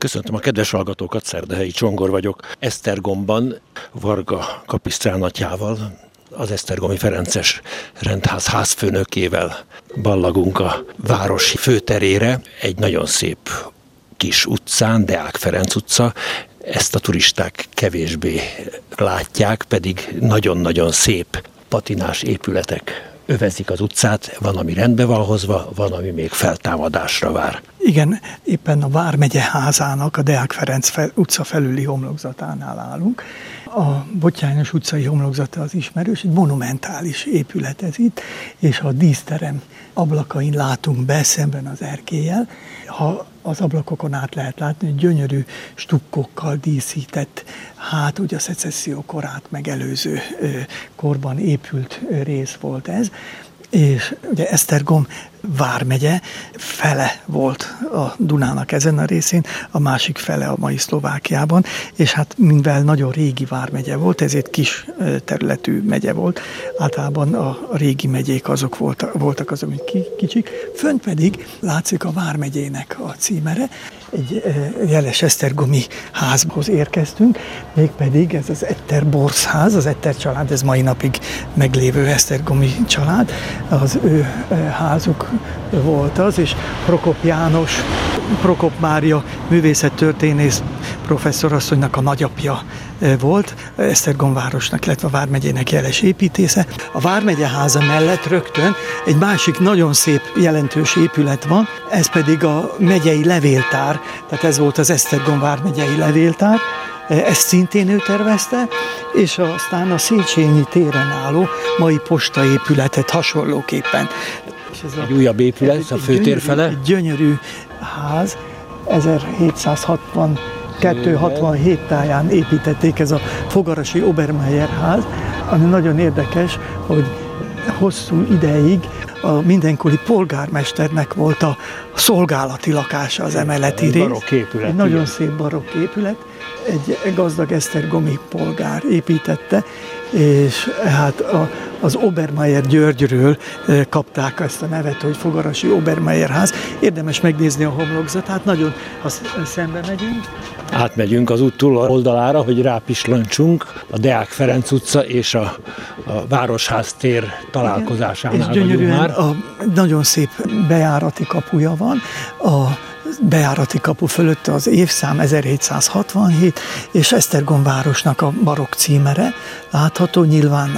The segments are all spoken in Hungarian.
Köszöntöm a kedves hallgatókat, Szerdahelyi Csongor vagyok. Esztergomban Varga kapisztrálnatjával, az esztergomi ferences rendház házfőnökével ballagunk a városi főterére, egy nagyon szép kis utcán, Deák Ferenc utca. Ezt a turisták kevésbé látják, pedig nagyon-nagyon szép patinás épületek övezik az utcát, van, ami rendbe van hozva, van, ami még feltámadásra vár. Igen, éppen a Vármegye házának, a Deák Ferenc utca felüli homlokzatánál állunk. A Bottyányos utcai homlokzata az ismerős, egy monumentális épület ez itt, és a díszterem ablakain látunk be szemben az erkéllyel. Ha az ablakokon át lehet látni, hogy gyönyörű stukkókkal díszített, ugye a szecesszió korát megelőző korban épült rész volt ez, és ugye Esztergom vármegye fele volt a Dunának ezen a részén, a másik fele a mai Szlovákiában, és hát mivel nagyon régi vármegye volt, ezért kis területű megye volt, általában a régi megyék azok voltak azok, amik kicsik, fönt pedig látszik a vármegyének a címere. Egy jeles esztergomi házhoz érkeztünk, mégpedig ez az Etter-Borz ház, az Etter család, ez mai napig meglévő esztergomi család, az ő házuk volt az, és Prokop János, Prokop Mária művészettörténész professzorasszonynak a nagyapja volt, Esztergom városnak, illetve a vármegyének jeles építésze. A vármegye háza mellett rögtön egy másik nagyon szép, jelentős épület van, ez pedig a megyei levéltár, tehát ez volt az Esztergom vármegyei levéltár, ezt szintén ő tervezte, és aztán a Széchenyi téren álló mai postaépületet hasonlóképpen. Egy újabb épület a főtér fele? Egy gyönyörű ház, 1762-67 táján építették, ez a fogarasi Obermeier ház, ami nagyon érdekes, hogy hosszú ideig a mindenkori polgármesternek volt a szolgálati lakása az emeleti rész. Barokk épület. Egy nagyon szép barokk épület. Egy gazdag esztergomi polgár építette, és hát az Obermeier Györgyről kapták ezt a nevet, hogy fogarasi Obermeier ház. Érdemes megnézni a homlokzatát, nagyon, ha szembe megyünk. Átmegyünk az út túloldalára, hogy rápislancsunk, a Deák Ferenc utca és a Városház tér találkozásánál és gyönyörűen már. Nagyon szép bejárati kapuja van, a bejárati kapu fölött az évszám 1767, és Esztergom városnak a barokk címere látható, nyilván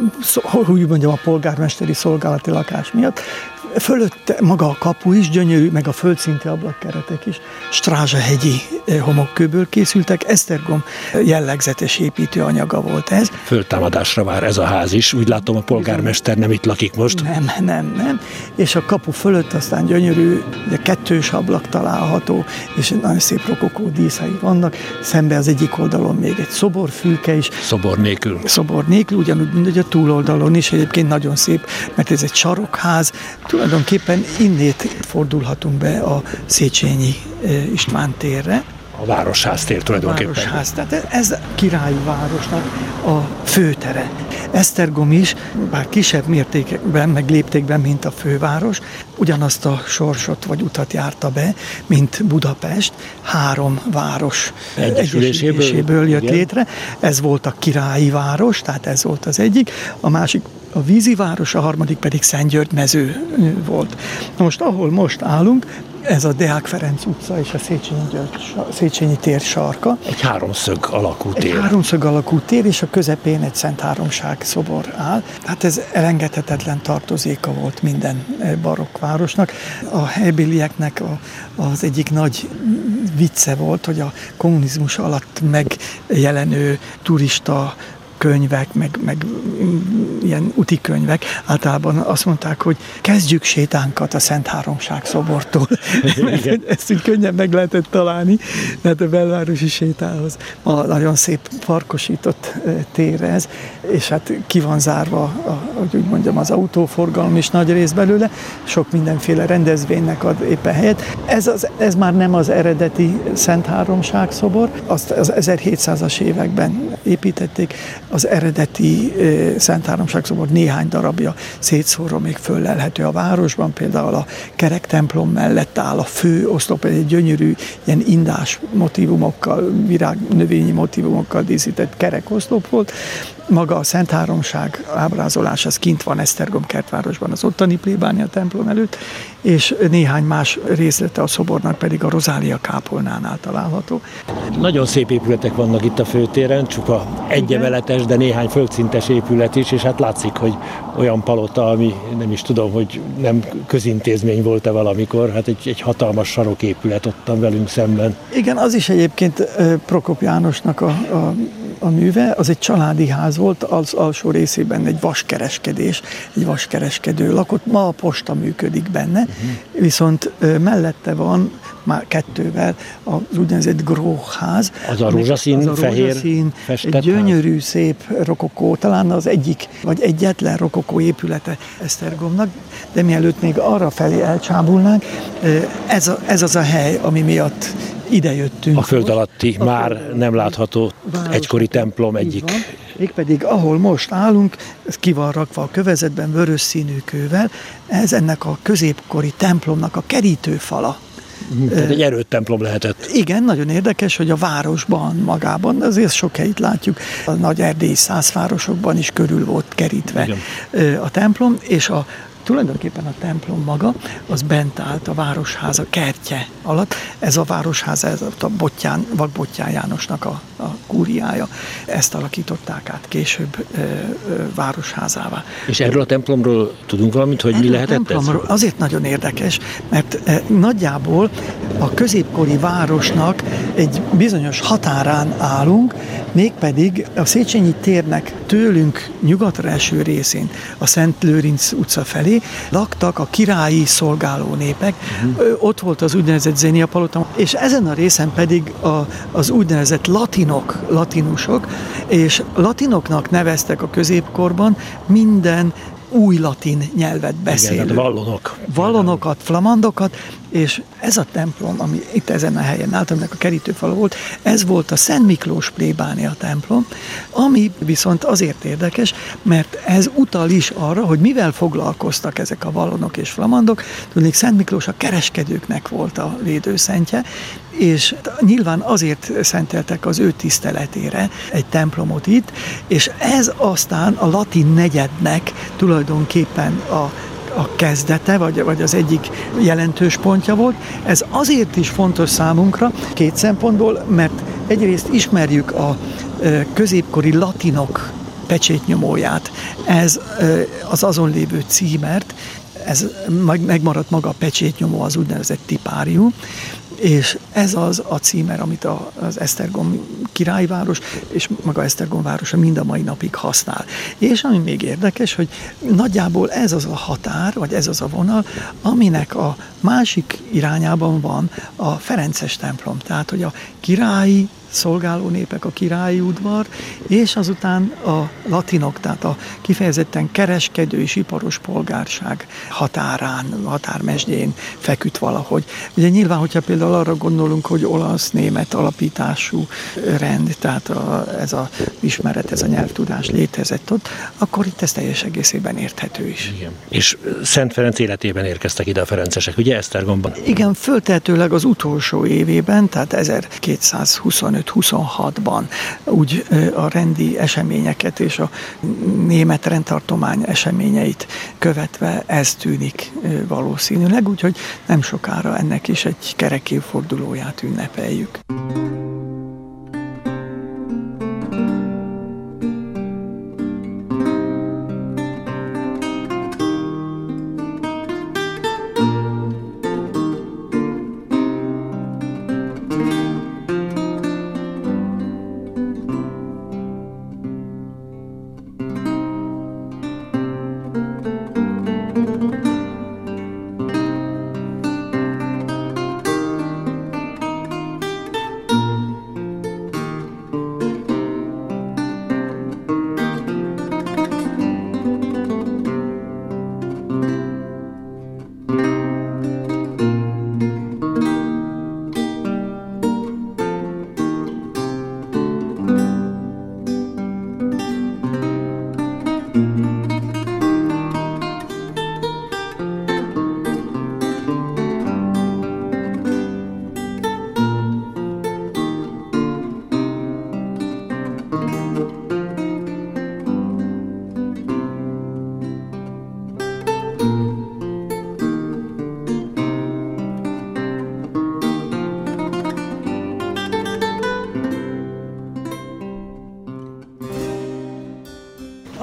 a polgármesteri szolgálati lakás miatt. Fölött maga a kapu is gyönyörű, meg a földszinti ablakkeretek is Strázsahegyi homokkőből készültek. Esztergom jellegzetes építőanyaga volt ez. Föltámadásra vár ez a ház is. Úgy látom, a polgármester nem itt lakik most. Nem. És a kapu fölött aztán gyönyörű, ugye kettős ablak található, és nagyon szép rokokó díszei vannak. Szembe az egyik oldalon még egy szoborfülke is. Szobor nélkül, ugyanúgy, mint a túloldalon is. Egyébként nagyon szép, mert ez egy sarokház. Tulajdonképpen innét fordulhatunk be a Széchenyi István térre. A Városház tér tulajdonképpen. Városház, tehát ez királyi városnak a főtere. Esztergom is, bár kisebb mértékben, meg léptékben, mint a főváros, ugyanazt a sorsot vagy utat járta be, mint Budapest. 3 város egyesüléséből jött létre. Ez volt a királyi város, tehát ez volt az egyik. A másik a víziváros, a harmadik pedig Szentgyörgy-mező volt. Most, ahol most állunk, ez a Deák Ferenc utca és a Széchenyi tér sarka. Egy háromszög alakú tér. Egy háromszög alakú tér, és a közepén egy Szent Háromság szobor áll. Hát ez elengedhetetlen tartozéka volt minden barokk városnak. A helybélieknek az egyik nagy vicce volt, hogy a kommunizmus alatt megjelenő turista könyvek, meg ilyen úti könyvek, általában azt mondták, hogy kezdjük sétánkat a Szent Háromság szobortól. Ezt úgy könnyen meg lehetett találni, mert a belvárosi sétához a nagyon szép parkosított tér ez, és hát ki van zárva, hogy úgy mondjam, az autóforgalom is nagy rész belőle, sok mindenféle rendezvénynek ad éppen helyet. Ez már nem az eredeti Szent Háromság szobor, azt az 1700-as években építették, az eredeti Szent Háromság szobor néhány darabja szétszórva még föllelhető a városban, például a kerek templom mellett áll a fő oszlop, egy gyönyörű ilyen indás motívumokkal, virágnövényi motívumokkal díszített kerek oszlop volt. Maga a Szent Háromság ábrázolás, az kint van Esztergom kertvárosban, az ottani plébánia templom előtt, és néhány más részlete a szobornak pedig a Rozália kápolnánál található. Nagyon szép épületek vannak itt a főtéren, csupa egyemeletes, de néhány földszintes épület is, és hát látszik, hogy olyan palota, ami nem is tudom, hogy nem közintézmény volt-e valamikor, hát egy hatalmas saroképület ottan velünk szemben. Igen, az is egyébként Prokop Jánosnak a műve, az egy családi ház volt, az alsó részében egy vaskereskedés, egy vaskereskedő lakott, ma a posta működik benne, viszont mellette van már kettővel az úgynevezett gróház. Az a rózsaszín, fehér festett egy gyönyörű, szép rokokó, talán az egyik, vagy egyetlen rokokó épülete Esztergomnak, de mielőtt még arra felé elcsábulnánk, ez az a hely, ami miatt ide jöttünk. A föld alatti, már nem látható egykori templom egyik. Mégpedig ahol most állunk, ez ki van rakva a kövezetben vörös színű kővel, ez ennek a középkori templomnak a kerítőfala. Tehát egy erődtemplom lehetett. Igen, nagyon érdekes, hogy a városban magában, azért sok helyit látjuk, a nagy erdélyi százvárosokban is körül volt kerítve a templom, és tulajdonképpen a templom maga, az bent állt a városháza kertje alatt. Ez a városháza, ez a Vakbottyán Jánosnak a kúriája. Ezt alakították át később városházává. És erről a templomról tudunk valamit, hogy mi lehetett ez? Azért nagyon érdekes, mert nagyjából a középkori városnak egy bizonyos határán állunk, mégpedig a Széchenyi térnek tőlünk nyugatra eső részén, a Szent Lőrinc utca felé laktak a királyi szolgáló népek. Ott volt az úgynevezett Zénia palota, és ezen a részen pedig az úgynevezett latinusok, és latinoknak neveztek a középkorban minden új latin nyelvet beszélő. Igen, vallonok. Vallonokat, flamandokat, és ez a templom, ami itt ezen a helyen állt, aminek a kerítőfala volt, ez volt a Szent Miklós plébánia templom, ami viszont azért érdekes, mert ez utal is arra, hogy mivel foglalkoztak ezek a vallonok és flamandok. Tudnék, Szent Miklós a kereskedőknek volt a védőszentje, és nyilván azért szenteltek az ő tiszteletére egy templomot itt, és ez aztán a latin negyednek tulajdonképpen a kezdete, vagy az egyik jelentős pontja volt. Ez azért is fontos számunkra, két szempontból, mert egyrészt ismerjük a középkori latinok pecsétnyomóját, ez az azon lévő címert, ez megmaradt maga a pecsétnyomó, az úgynevezett tipárium, és ez az a címer, amit az Esztergom királyváros és maga Esztergom városa mind a mai napig használ. És ami még érdekes, hogy nagyjából ez az a határ, vagy ez az a vonal, aminek a másik irányában van a ferences templom. Tehát, hogy a királyi szolgáló népek, a királyi udvar, és azután a latinok, tehát a kifejezetten kereskedő és iparos polgárság határmesdjén feküdt valahogy. Ugye nyilván, hogyha például arra gondolunk, hogy olasz-német alapítású rend, tehát ez a ismeret, ez a nyelvtudás létezett ott, akkor itt ez teljes egészében érthető is. Igen. És Szent Ferenc életében érkeztek ide a ferencesek, ugye Esztergomban? Igen, föltehetőleg az utolsó évében, tehát 1225-26-ban úgy a rendi eseményeket és a német rendtartomány eseményeit követve ez tűnik valószínűleg, úgyhogy nem sokára ennek is egy kerek évfordulóját ünnepeljük.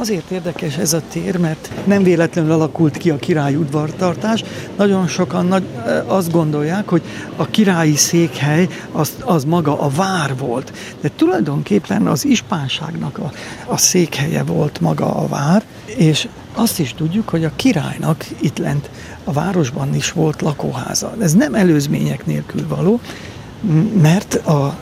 azért érdekes ez a tér, mert nem véletlenül alakult ki a királyi udvartartás. Nagyon sokan azt gondolják, hogy a királyi székhely az maga a vár volt. De tulajdonképpen az ispánságnak a székhelye volt maga a vár, és azt is tudjuk, hogy a királynak itt lent a városban is volt lakóháza. Ez nem előzmények nélkül való, mert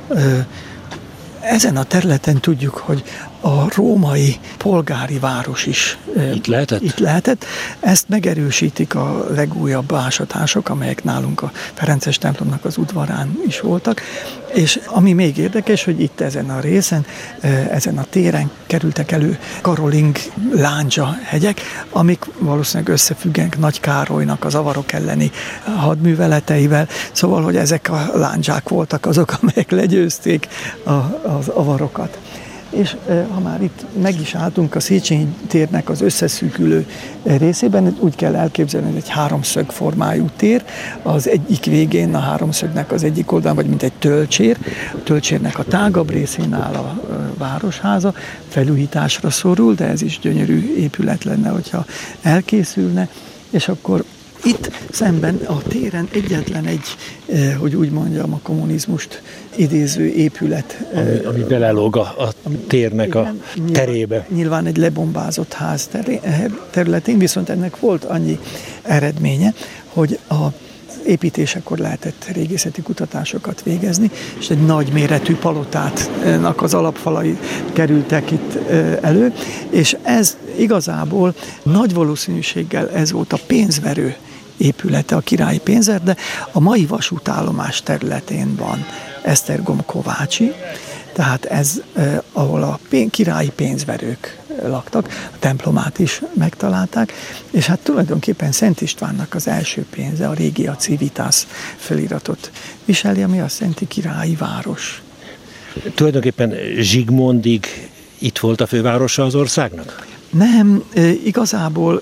ezen a területen tudjuk, hogy a római polgári város is itt lehetett. Ezt megerősítik a legújabb ásatások, amelyek nálunk a Ferences templomnak az udvarán is voltak. És ami még érdekes, hogy itt ezen a részen, ezen a téren kerültek elő karoling lándzsa hegyek, amik valószínűleg összefüggenek Nagy Károlynak az avarok elleni hadműveleteivel. Szóval, hogy ezek a lándzsák voltak azok, amelyek legyőzték az avarokat. És ha már itt meg is álltunk a Széchenyi térnek az összeszűkülő részében, úgy kell elképzelni, hogy egy háromszög formájú tér, az egyik végén a háromszögnek az egyik oldalán, vagy mint egy tölcsér, a tölcsérnek a tágabb részén áll a városháza, felújításra szorul, de ez is gyönyörű épület lenne, hogyha elkészülne, és akkor itt szemben a téren egyetlen egy, hogy úgy mondjam, a kommunizmust idéző épület. Ami belelóg a térnek a terébe. Nyilván egy lebombázott ház területén, viszont ennek volt annyi eredménye, hogy a építésekor lehetett régészeti kutatásokat végezni, és egy nagy méretű palotátnak az alapfalai kerültek itt elő, és ez igazából nagy valószínűséggel ez volt a pénzverő épülete, a királyi pénzver, de a mai vasútállomás területén van Esztergom-Kovácsi, tehát ez, ahol a királyi pénzverők laktak, a templomát is megtalálták, és hát tulajdonképpen Szent Istvánnak az első pénze, a Regia Civitas feliratot viseli, ami azt jelenti királyi város. Tulajdonképpen Zsigmondig itt volt a fővárosa az országnak? Nem, igazából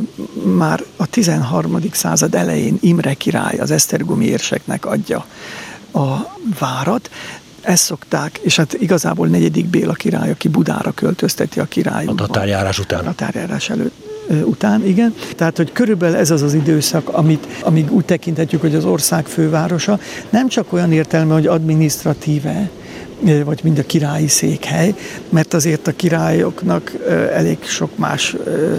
már a 13. század elején Imre király az esztergomi érseknek adja a várat. Ezt szokták, és hát igazából 4. Béla király, aki Budára költözteti a királyot. A tatárjárás után. A tatárjárás után, igen. Tehát, hogy körülbelül ez az az időszak, amíg úgy tekinthetjük, hogy az ország fővárosa nem csak olyan értelme, hogy adminisztratíve, vagy mind a királyi székhely, mert azért a királyoknak elég sok más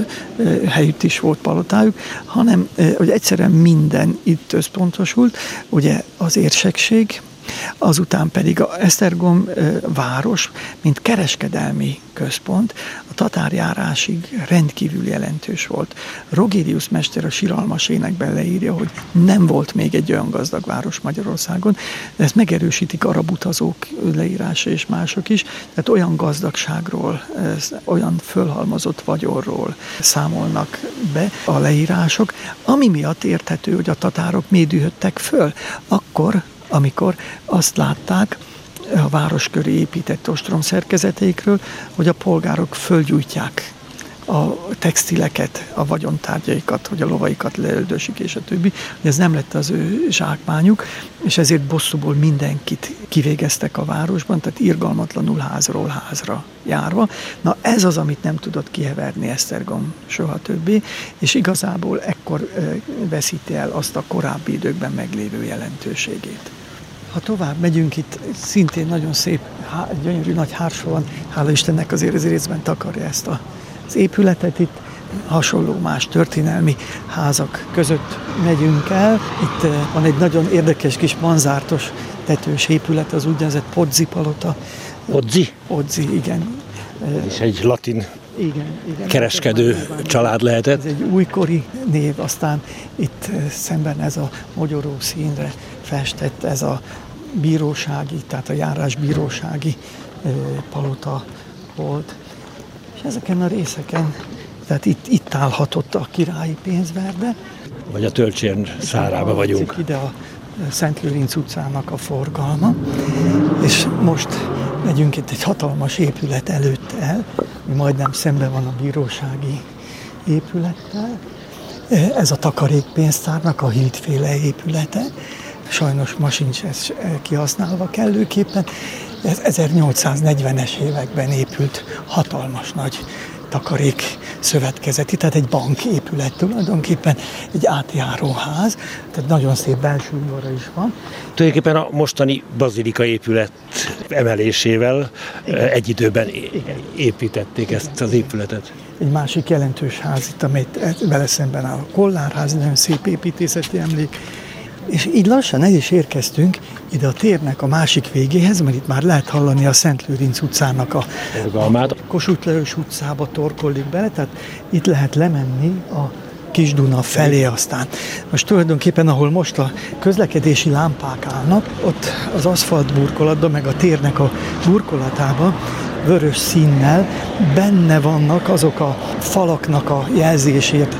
helyütt is volt palotájuk, hanem hogy egyszerűen minden itt összpontosult, ugye az érsekség, azután pedig a Esztergom város, mint kereskedelmi központ, a tatárjárásig rendkívül jelentős volt. Rogérius mester a Siralmas énekben leírja, hogy nem volt még egy olyan gazdag város Magyarországon, de ezt megerősítik arab utazók leírása és mások is, tehát olyan gazdagságról, olyan fölhalmozott vagyonról számolnak be a leírások, ami miatt érthető, hogy a tatárok miért dühödtek föl, akkor, amikor azt látták a város köré épített ostrom szerkezeteikről, hogy a polgárok fölgyújtják a textileket, a vagyontárgyaikat, hogy a lovaikat leöldösik és a többi, hogy ez nem lett az ő zsákmányuk, és ezért bosszúból mindenkit kivégeztek a városban, tehát irgalmatlanul házról házra járva. Na ez az, amit nem tudott kiheverni Esztergom soha többé, és igazából ekkor veszíti el azt a korábbi időkben meglévő jelentőségét. Ha tovább megyünk, itt szintén nagyon szép, gyönyörű nagy hársó van, hála Istennek azért az részben takarja ezt az épületet, itt hasonló más történelmi házak között megyünk el. Itt van egy nagyon érdekes kis manzártos tetős épület, az úgynevezett Pozzi palota. Pozzi? Pozzi, igen. És egy latin igen, kereskedő család lehetett. Ez egy újkori név, aztán itt szemben ez a mogyoró színre festett, ez a bírósági, tehát a járásbírósági palota volt. És ezeken a részeken, tehát itt állhatott a királyi pénzverde. Vagy a tölcsér szárába vagyunk. Ide a Szent Lőrinc utcának a forgalma, és most megyünk itt egy hatalmas épület előtt el, ami majdnem szemben van a bírósági épülettel. Ez a takarékpénztárnak a hídféle épülete. Sajnos ma sincs ez kihasználva kellőképpen. Ez 1840-es években épült hatalmas nagy takarék szövetkezeti, tehát egy banképület tulajdonképpen, egy átjáróház, tehát nagyon szép belső udvara is van. Tulajdonképpen a mostani bazilika épület emelésével egy időben építették ezt az épületet. Egy másik jelentős ház itt, amelyet vele szemben áll a Kollárház, nagyon szép építészeti emlék. És így lassan el is érkeztünk ide a térnek a másik végéhez, mert itt már lehet hallani a Szent Lőrinc utcának a Kossuth Lajos utcába torkollik bele, tehát itt lehet lemenni a Kis Duna felé aztán. Most tulajdonképpen, ahol most a közlekedési lámpák állnak, ott az aszfalt burkolatban, meg a térnek a burkolatában vörös színnel benne vannak azok a falaknak a jelzését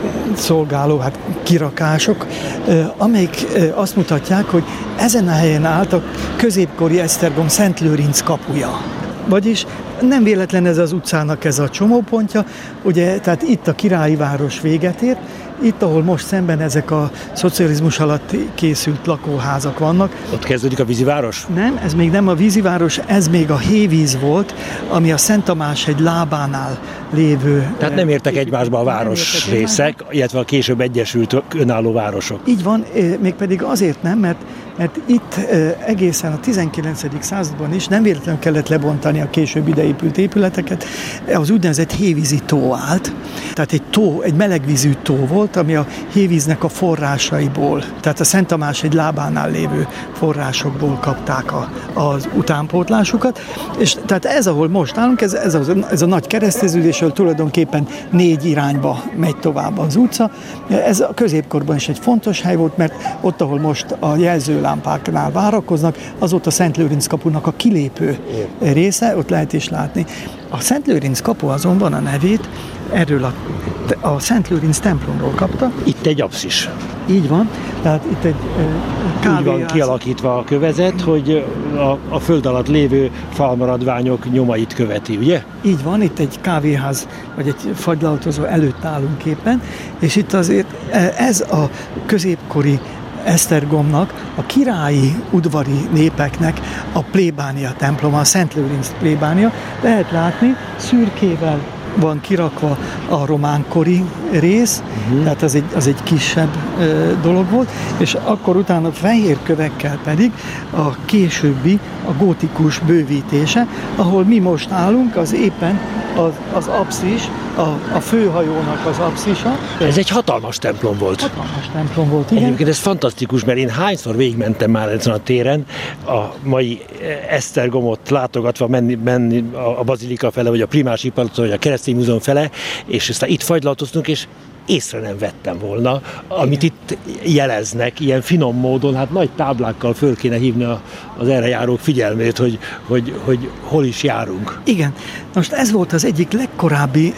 szolgáló kirakások, amelyik azt mutatják, hogy ezen a helyen állt a középkori Esztergom Szent Lőrinc kapuja. Vagyis nem véletlen ez az utcának ez a csomópontja, ugye, tehát itt a királyi város véget ér, itt, ahol most szemben ezek a szocializmus alatt készült lakóházak vannak. Ott kezdődik a víziváros? Nem, ez még nem a víziváros, ez még a hévíz volt, ami a Szent Tamáshegy lábánál lévő... Tehát nem értek egymásba a városrészek, illetve a később egyesült önálló városok. Így van, mégpedig azért nem, mert itt egészen a 19. században is nem véletlenül kellett lebontani a később ideépült épületeket, az úgynevezett hévízi tó állt. Tehát egy tó, egy melegvízű tó volt, ami a hévíznek a forrásaiból, tehát a Szent Tamáshegy lábánál lévő forrásokból kapták az utánpótlásukat. És tehát ez, ahol most állunk, ez a nagy kereszteződésről tulajdonképpen 4 irányba megy tovább az utca. Ez a középkorban is egy fontos hely volt, mert ott, ahol most a jelzőlámpáknál várakoznak, az ott a Szent Lőrinc kapunak a kilépő része, ott lehet is látni. A Szent Lőrinc kapu azonban a nevét erről a Szent Lőrinc templomról kapta. Itt egy apszis. Így van, tehát itt egy kávéház. Úgy van kialakítva a kövezet, hogy a föld alatt lévő falmaradványok nyomait követi, ugye? Így van, itt egy kávéház, vagy egy fagylaltozó előtt állunk éppen, és itt azért ez a középkori Esztergomnak, a királyi udvari népeknek a plébánia temploma, a Szent Lőrinc plébánia. Lehet látni, szürkével van kirakva a románkori rész, tehát az egy kisebb dolog volt, és akkor utána fehér kövekkel pedig a későbbi, a gótikus bővítése, ahol mi most állunk, az éppen az apszis, a főhajónak az apszisa. Ez egy hatalmas templom volt. Hatalmas templom volt, igen. Egyébként ez fantasztikus, mert én hányszor végigmentem már ezen a téren, a mai Esztergomot látogatva menni a bazilika fele, vagy a Primási Palackon, vagy a Keresztény Múzeum fele, és aztán itt fagylaltoztunk, és észre nem vettem volna, amit itt jeleznek, ilyen finom módon, hát nagy táblákkal föl kéne hívni az erre járók figyelmét, hogy hol is járunk. Igen. Most ez volt az egyik legkorábbi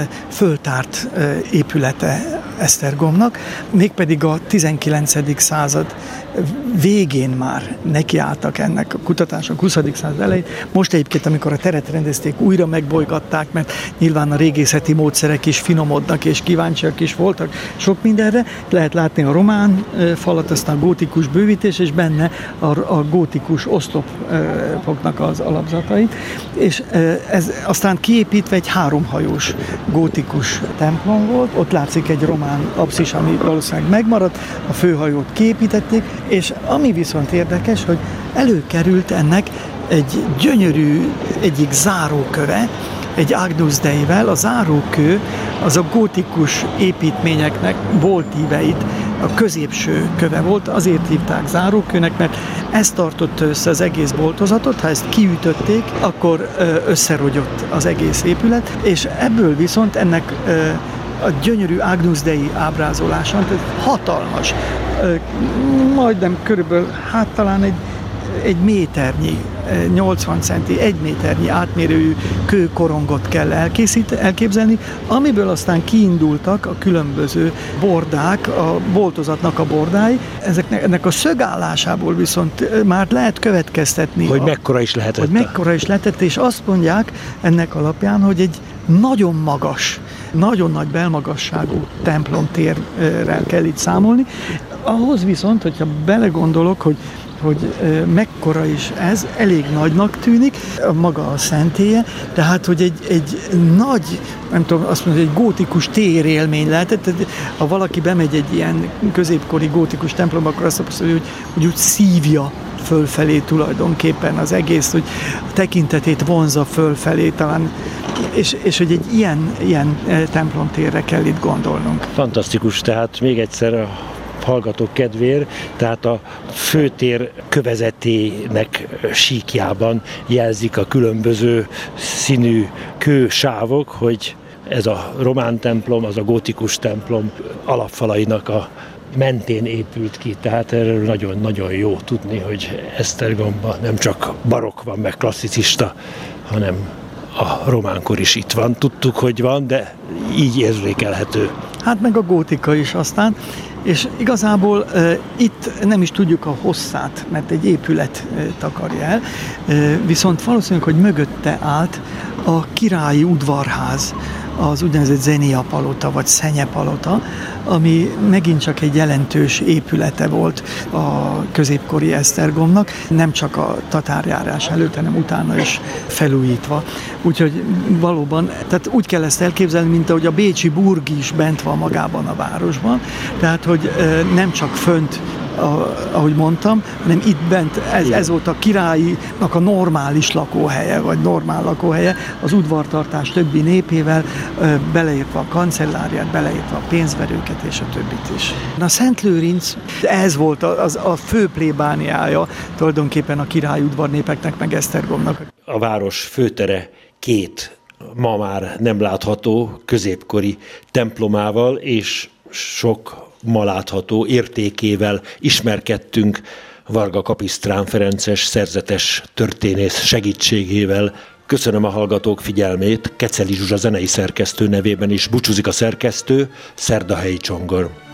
föltárt épülete Esztergomnak, mégpedig a 19. század végén már nekiálltak ennek a kutatások, 20. század elején. Most egyébként, amikor a teret rendezték, újra megbolygatták, mert nyilván a régészeti módszerek is finomodnak, és kíváncsiak is voltak sok mindenre. Lehet látni a román falat, aztán a gótikus bővítés, és benne a gótikus oszlopoknak az alapzatait. És ez aztán kiépítve egy 3-hajós gótikus templom volt. Ott látszik egy román apszis, ami valószínűleg megmaradt, a főhajót kiépítették, és ami viszont érdekes, hogy előkerült ennek egy gyönyörű egyik záróköve, egy Agnus Deivel. A zárókő az a gótikus építményeknek boltíveit, a középső köve volt, azért hívták zárókőnek, mert ez tartotta össze az egész boltozatot, ha ezt kiütötték, akkor összerogyott az egész épület, és ebből viszont ennek a gyönyörű Agnus Dei ábrázolása, ez hatalmas, majdnem körülbelül, hát talán egy méternyi, 80 centi, 1 méternyi átmérőjű kőkorongot kell elképzelni, amiből aztán kiindultak a különböző bordák, a boltozatnak a bordái. Ennek a szögállásából viszont már lehet következtetni. Hogy mekkora is lehetett. Hogy mekkora is lehetett, és azt mondják ennek alapján, hogy egy nagyon magas, nagyon nagy belmagasságú templomtérrel kell itt számolni. Ahhoz viszont, hogyha belegondolok, hogy mekkora is ez, elég nagynak tűnik, maga a szentélye, tehát, hogy egy nagy, nem tudom, azt mondom, egy gótikus térélmény lehetett. Ha valaki bemegy egy ilyen középkori gótikus templomba, akkor azt mondja, hogy úgy szívja fölfelé tulajdonképpen az egész, hogy a tekintetét vonzza fölfelé talán, és hogy egy ilyen templomtérre kell itt gondolnunk. Fantasztikus, tehát még egyszer a hallgatók kedvéért, tehát a főtér kövezetének síkjában jelzik a különböző színű kősávok, hogy ez a román templom, az a gótikus templom alapfalainak a mentén épült ki, tehát erről nagyon-nagyon jó tudni, hogy Esztergomban nem csak barokk van, meg klasszicista, hanem a románkor is itt van. Tudtuk, hogy van, de így érzékelhető. Hát meg a gótika is aztán, és igazából itt nem is tudjuk a hosszát, mert egy épület takarja el, viszont valószínűleg, hogy mögötte állt a királyi udvarház, az úgynevezett Zenia palota, vagy Szenye palota, ami megint csak egy jelentős épülete volt a középkori Esztergomnak, nem csak a tatárjárás előtt, hanem utána is felújítva. Úgyhogy valóban, tehát úgy kell ezt elképzelni, mint ahogy a bécsi burg is bent van magában a városban, tehát hogy nem csak fönt, ahogy mondtam, hanem itt bent ez volt a királynak a normális lakóhelye, vagy normál lakóhelye, az udvartartás többi népével, beleértve a kancelláriát, beleértve a pénzverőket és a többit is. A Szent Lőrinc, ez volt a fő plébániája tulajdonképpen a királyudvar népeknek, meg Esztergomnak. A város főtere két ma már nem látható középkori templomával és sok ma látható értékével ismerkedtünk Varga Kapisztrán Ferences szerzetes történész segítségével. Köszönöm a hallgatók figyelmét, Keceli Zsuzsa zenei szerkesztő nevében is búcsúzik a szerkesztő, Szerdahelyi Csongor.